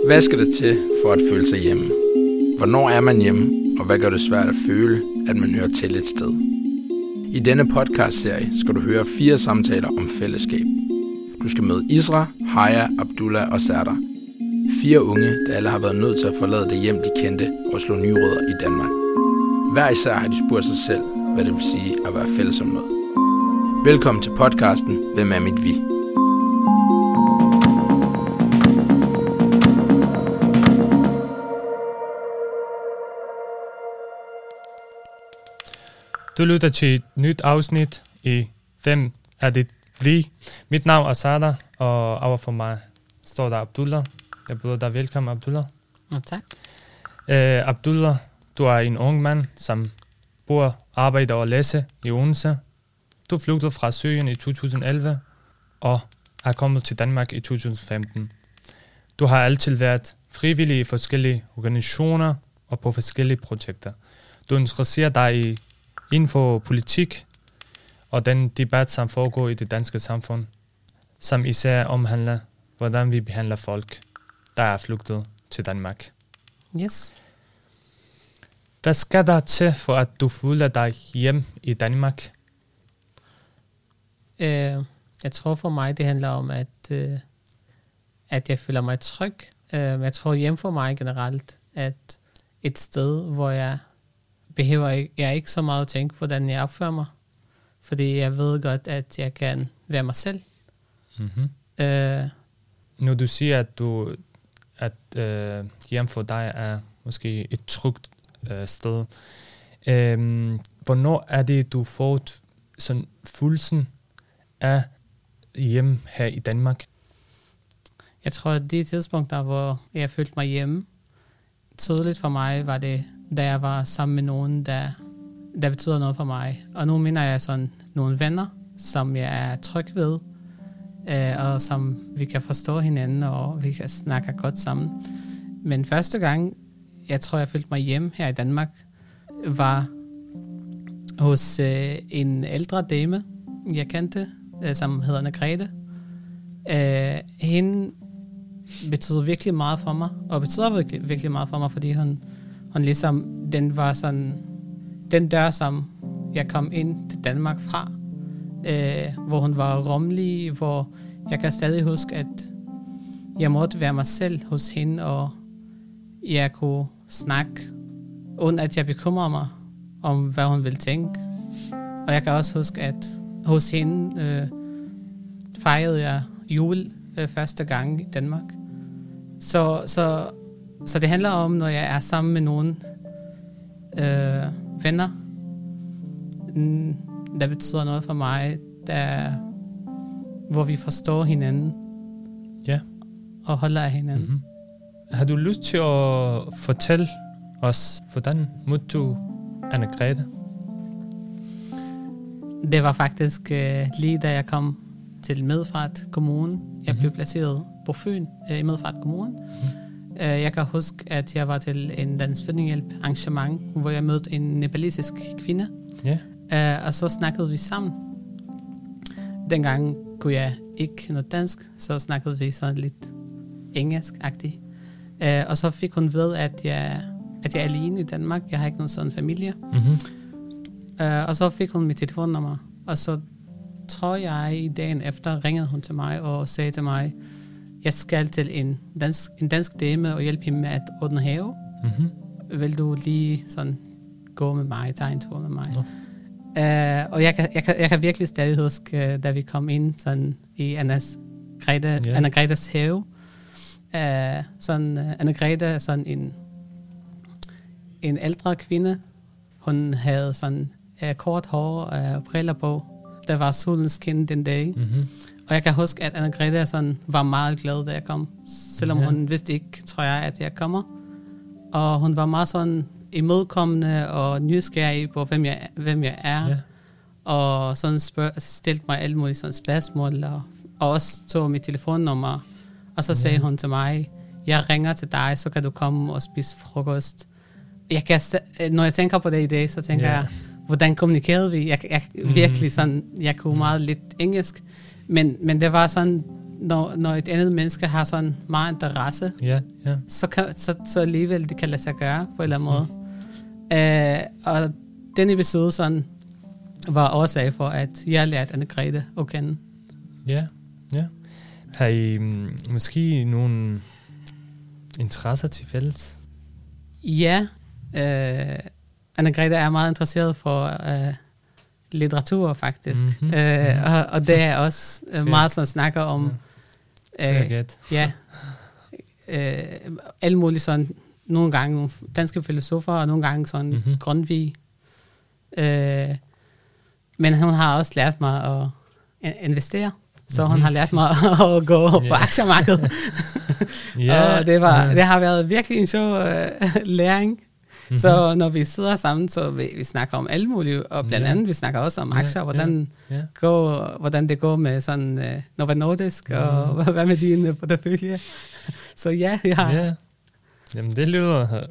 Hvad skal der til for at føle sig hjemme? Hvornår er man hjemme, og hvad gør det svært at føle, at man hører til et sted? I denne podcastserie skal du høre 4 samtaler om fællesskab. Du skal møde Isra, Haya, Abdullah og Serdar. 4 unge, der alle har været nødt til at forlade det hjem, de kendte, og slå nye rødder i Danmark. Hver især har de spurgt sig selv, hvad det vil sige at være fælles om noget. Velkommen til podcasten Hvem er mit vi? Du lytter til et nyt afsnit i Hvem er dit vi? Mit navn er Serdar, og overfor mig står der Abdullah. Jeg byder dig velkommen, Abdullah. Tak. Abdullah, du er en ung mand, som bor, arbejder og læser i Odense. Du flygtede fra Syrien i 2011 og er kommet til Danmark i 2015. Du har altid været frivillig i forskellige organisationer og på forskellige projekter. Du interesserer dig inden for politik og den debat, som foregår i det danske samfund, som især omhandler, hvordan vi behandler folk, der er flygtet til Danmark. Yes. Hvad skal der til, for at du føler dig hjem i Danmark? Jeg tror for mig, det handler om, at jeg føler mig tryg. Jeg tror hjem for mig generelt, at et sted, hvor jeg er ikke så meget at tænke, hvordan jeg opfører mig. Fordi jeg ved godt, at jeg kan være mig selv. Mm-hmm. Når du siger, at hjem for dig er måske et trygt sted, hvornår er det, du får sådan følelsen af hjem her i Danmark? Jeg tror, at de tidspunkter, hvor jeg følte mig hjemme, tydeligt for mig var det, da jeg var sammen med nogen, der betyder noget for mig. Og nu mener jeg sådan nogle venner, som jeg er tryg ved, og som vi kan forstå hinanden, og vi kan snakke godt sammen. Men første gang, jeg tror, jeg følte mig hjemme her i Danmark, var hos en ældre dame, jeg kendte, som hedder Anne-Grethe. Hende betyder virkelig meget for mig, og betyder virkelig, virkelig meget for mig, fordi hun ligesom, den var sådan, den dør, som jeg kom ind til Danmark fra, hvor hun var rummelig, hvor jeg kan stadig huske, at jeg måtte være mig selv hos hende, og jeg kunne snakke, uden at jeg bekymrede mig om, hvad hun ville tænke. Og jeg kan også huske, at hos hende fejrede jeg jul første gang i Danmark. Så det handler om, når jeg er sammen med nogle venner, der betyder noget for mig, hvor vi forstår hinanden, ja, og holder af hinanden. Mm-hmm. Har du lyst til at fortælle os, hvordan mødte du Anne-Grethe? Det var faktisk lige da jeg kom til Middelfart Kommune. Jeg blev placeret på Fyn i Middelfart Kommune. Jeg kan huske, at jeg var til en Dansk Flygtningehjælp arrangement, hvor jeg mødte en nepalesisk kvinde. Yeah. Og så snakkede vi sammen. Dengang kunne jeg ikke noget dansk, så snakkede vi sådan lidt engelsk-agtigt. Og så fik hun ved, at jeg er alene i Danmark. Jeg har ikke nogen sådan familie. Mm-hmm. Og så fik hun mit telefonnummer. Og så tror jeg, i dagen efter ringede hun til mig og sagde til mig, jeg skal til en dansk dame og hjælpe hende med at ordne have. Mm-hmm. Vil du lige sådan gå med mig, tage en tur med mig? Ja. Og jeg kan virkelig stadig huske, da vi kom ind sådan i Anne-Grethes have. Anne-Grethe, sådan en ældre kvinde. Hun havde sådan kort hår og briller på. Der var solens skin den dag. Mm-hmm. Og jeg kan huske, at Anne-Grethe sådan var meget glad, da jeg kom. Selvom hun vidste ikke, tror jeg, at jeg kommer. Og hun var meget sådan imødekommende og nysgerrig på, hvem jeg er. Yeah. Og sådan stillede mig alle mulige sådan spørgsmål. Og også tog mit telefonnummer. Og så sagde hun til mig, jeg ringer til dig, så kan du komme og spise frokost. Når jeg tænker på det i dag, så tænker jeg, hvordan kommunikerede vi? Jeg virkelig sådan, jeg kunne meget lidt engelsk. Men det var sådan når et andet menneske har sådan meget interesse, så alligevel det kan lade sig gøre på en eller anden måde. Og den episode sådan var årsag for, at jeg lærte Anne-Grethe at kende. Ja. Har I måske nogle interesser til fælles? Ja, Anne-Grethe er meget interesseret for litteratur, faktisk. Og det er også meget sådan snakker om alle mulige sådan, nogle gange nogle danske filosofer, og nogle gange sådan Grundtvig. Men hun har også lært mig at investere. Så hun har lært mig at gå på aktiemarkedet. Og det har været virkelig en sjov læring. Så når vi sidder sammen, så vi snakker om alle mulige, og blandt andet vi snakker også om aktier, hvordan det går med sådan Novo Nordisk, og hvad med din portefølje. Så vi har... Jamen det lyder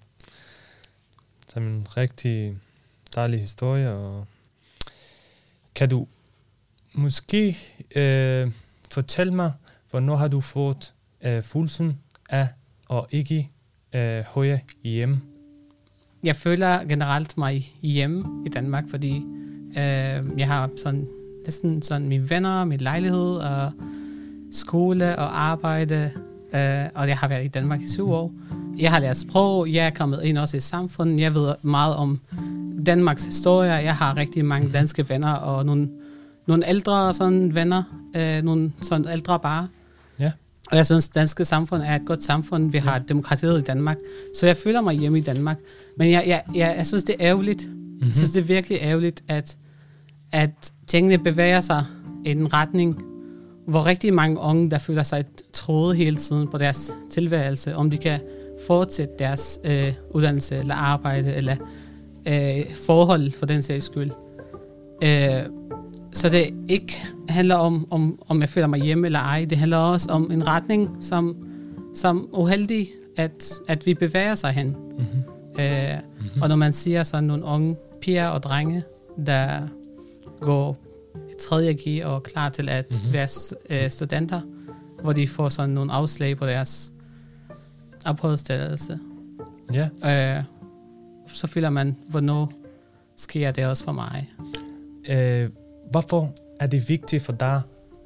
som en rigtig dejlig historie, og kan du måske fortælle mig, hvornår har du fået følelsen af at ikke høre hjemme? Jeg føler generelt mig hjemme i Danmark, fordi jeg har sådan næsten sådan mine venner, min lejlighed og skole og arbejde, og jeg har været i Danmark i 7 år. Jeg har lært sprog, jeg er kommet ind også i samfundet, jeg ved meget om Danmarks historie, jeg har rigtig mange danske venner og nogle ældre sådan venner, nogle sådan ældre bare. Ja. Og jeg synes, danske samfund er et godt samfund. Vi har demokratiet i Danmark, så jeg føler mig hjemme i Danmark. Men jeg synes, det er ærgerligt. Jeg synes, det er virkelig ærgerligt, at tingene bevæger sig i en retning, hvor rigtig mange unge, der føler sig troet hele tiden på deres tilværelse, om de kan fortsætte deres uddannelse eller arbejde eller forhold for den sags skyld. Så det ikke handler om jeg føler mig hjemme eller ej. Det handler også om en retning, som uheldig, at vi bevæger sig hen. Og når man siger sådan nogle unge piger og drenge, der går i 3.G og er klar til at være studenter, hvor de får sådan nogle afslag på deres opholdstilladelse. Så føler man, hvornår sker det også for mig. Hvorfor er det vigtigt for dig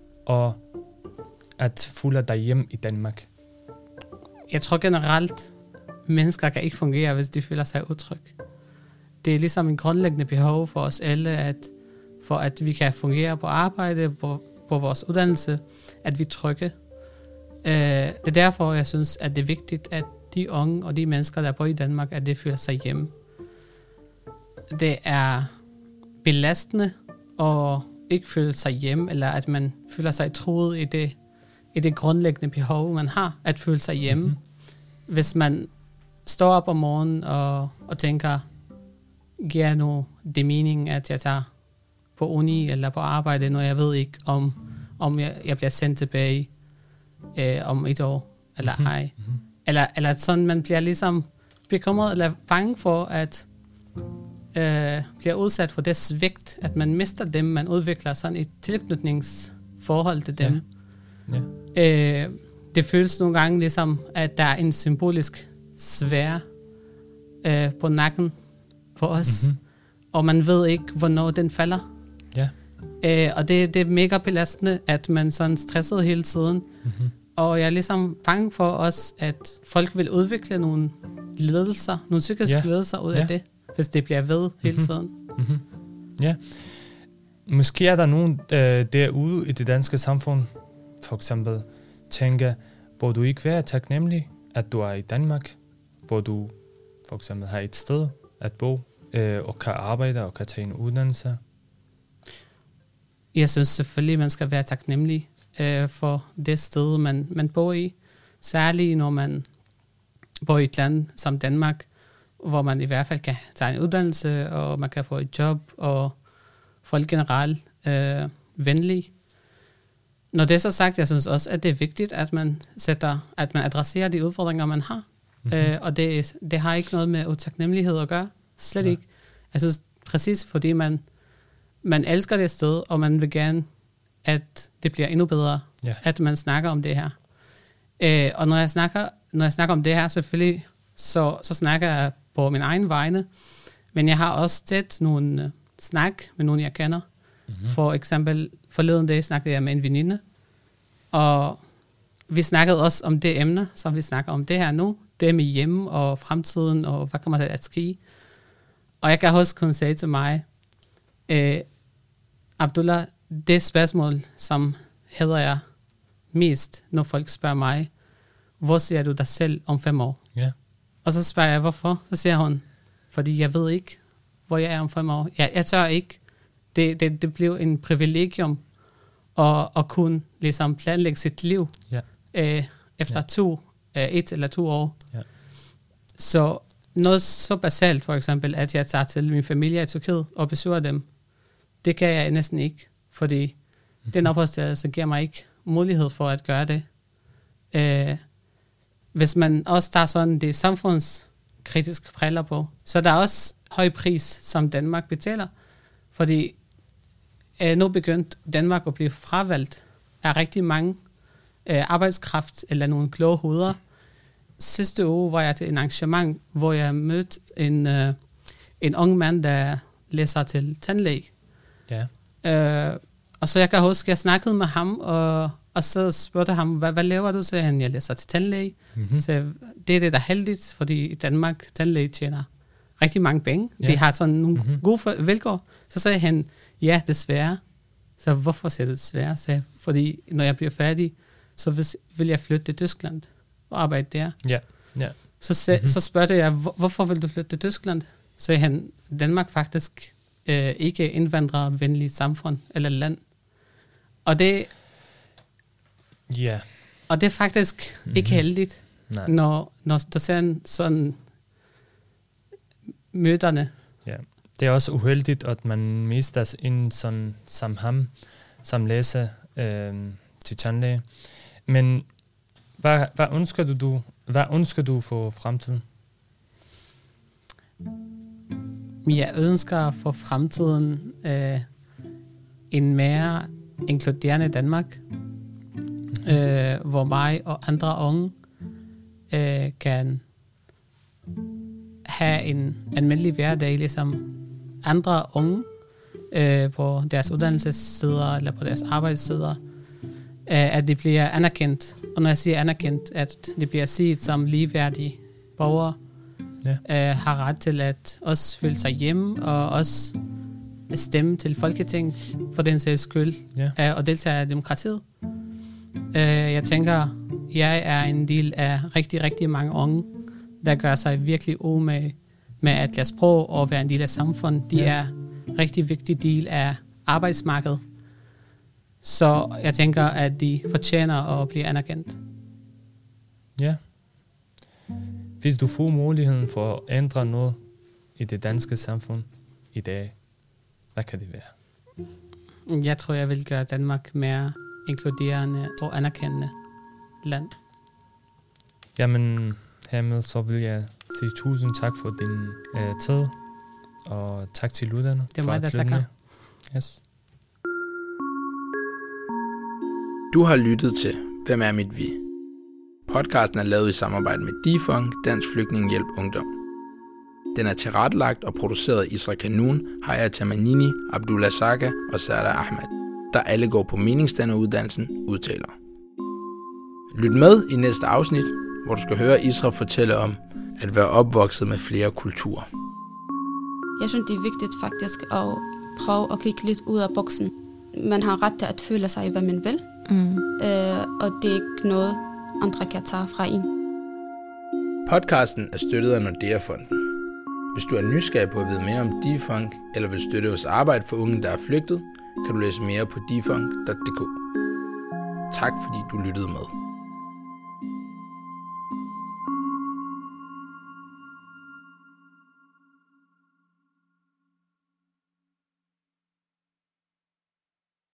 at føle dig hjemme i Danmark? Jeg tror generelt, mennesker kan ikke fungere, hvis de føler sig utryg. Det er ligesom en grundlæggende behov for os alle, for at vi kan fungere på arbejde, på vores uddannelse, at vi er trygge. Det er derfor, jeg synes, at det er vigtigt, at de unge og de mennesker, der bor i Danmark, at de føler sig hjemme. Det er belastende at ikke føle sig hjemme, eller at man føler sig truet i det grundlæggende behov, man har, at føle sig hjemme. Hvis man står op om morgenen og tænker, giver nu det mening, at jeg tager på uni eller på arbejde, når jeg ved ikke, om jeg bliver sendt tilbage om 1 år, eller ej. Eller sådan, man bliver ligesom bekymret eller bange for, at bliver udsat for det svigt, at man mister dem, man udvikler sådan et tilknytningsforhold til dem. Det føles nogle gange ligesom, at der er en symbolisk sværd på nakken på os, og man ved ikke, hvornår den falder. Og det er mega belastende, at man sådan stresset hele tiden, og jeg er ligesom bange for os, at folk vil udvikle nogle ledelser, nogle psykiske ledelser ud af det, hvis det bliver ved hele tiden. Ja. Måske er der nogen derude i det danske samfund, for eksempel tænker, hvor du ikke være taknemmelig, at du er i Danmark, hvor du for eksempel har et sted at bo, og kan arbejde og kan tage en uddannelse. Jeg synes selvfølgelig, man skal være taknemmelig for det sted, man bor i. Særligt når man bor i et land som Danmark, hvor man i hvert fald kan tage en uddannelse, og man kan få et job, og folk generelt venlige. Når det er så sagt, jeg synes også, at det er vigtigt, at man adresserer de udfordringer, man har. Og det har ikke noget med utaknemmelighed at gøre. Slet ikke. Jeg synes præcis, fordi man elsker det sted, og man vil gerne, at det bliver endnu bedre. at man snakker om det her. Og når jeg snakker om det her, selvfølgelig, så snakker jeg på min egen vegne, men jeg har også set nogle snak med nogen, jeg kender. For eksempel, forleden dag snakkede jeg med en veninde, og vi snakkede også om det emne, som vi snakker om det her nu, det med hjemme og fremtiden, og hvad kommer der at ske. Og jeg kan huske, hun sagde til mig, Abdullah, det spørgsmål, som hedder jeg mest, når folk spørger mig, hvor ser du dig selv om 5 år? Ja. Og så spørger jeg, hvorfor? Så siger hun, fordi jeg ved ikke, hvor jeg er om 5 år. Jeg tør ikke. Det blev en privilegium at kunne ligesom planlægge sit liv efter 1 eller 2 år. Ja. Så noget så basalt, for eksempel, at jeg tager til min familie i Tyrkiet og besøger dem, det kan jeg næsten ikke, fordi den opholdstilladelse giver mig ikke mulighed for at gøre det. Hvis man også tager sådan det samfundskritiske briller på, så er der også høj pris, som Danmark betaler, fordi nu begyndt Danmark at blive fravalgt af rigtig mange arbejdskraft eller nogle kloge hoveder. Sidste uge var jeg til en arrangement, hvor jeg mødte en ung mand, der læser til tandlæge. Ja. Og så jeg kan huske, jeg snakkede med ham, og så spurgte ham, hvad laver du? Så sagde han, jeg læser til tandlæge. Så det er det, der er heldigt, fordi i Danmark, tandlæge tjener rigtig mange penge. Ja. De har sådan nogle gode vilkår. Så sagde han, ja, desværre. Så hvorfor siger du desværre? Så fordi når jeg bliver færdig, så vil jeg flytte til Tyskland og arbejde der. Ja. Ja. Så spurgte jeg, hvorfor vil du flytte til Tyskland? Så sagde han, Danmark faktisk ikke indvandrervenligt samfund eller land. Og det og det er faktisk ikke heldigt, når der ser sådan møderne. Ja. Det er også uheldigt, at man mister en sådan som ham, som læser til tandlæge. Men hvad ønsker du for fremtiden? Jeg ønsker for fremtiden en mere inkluderende Danmark, hvor mig og andre unge kan have en almindelig hverdag, ligesom andre unge på deres uddannelsessider eller på deres arbejdssider, at de bliver anerkendt. Og når jeg siger anerkendt, at de bliver set som ligeværdige borgere, har ret til at også føle sig hjemme og også stemme til Folketing for den sags skyld og deltage i demokratiet. Jeg tænker, jeg er en del af rigtig, rigtig mange unge, der gør sig virkelig umage med at lære sprog og være en del af samfundet. De er en rigtig vigtig del af arbejdsmarkedet. Så jeg tænker, at de fortjener at blive anerkendt. Ja. Hvis du får muligheden for at ændre noget i det danske samfund i dag, hvad kan det være? Jeg tror, jeg vil gøre Danmark mere inkluderende og anerkendende land. Jamen, hermed så vil jeg sige tusind tak for din tid, og tak til lytterne. Det er mig, der takker. Yes. Du har lyttet til Hvem er mit vi? Podcasten er lavet i samarbejde med DIFUNK, Dansk Flygtningehjælp Ungdom. Den er tilrettelagt og produceret af Isra Kanun, Haya Tamanini, Abdullah Saga og Sara Ahmed, der alle går på meningsdanneruddannelsen udtaler. Lyt med i næste afsnit, hvor du skal høre Isra fortælle om at være opvokset med flere kulturer. Jeg synes, det er vigtigt faktisk at prøve at kigge lidt ud af boksen. Man har ret til at føle sig, hvad man vil, og det er ikke noget, andre kan tage fra en. Podcasten er støttet af Nordea-fonden. Hvis du er nysgerrig på at vide mere om DIFUNK, eller vil støtte vores arbejde for unge, der er flygtet, kan du læse mere på difunk.dk. Tak fordi du lyttede med.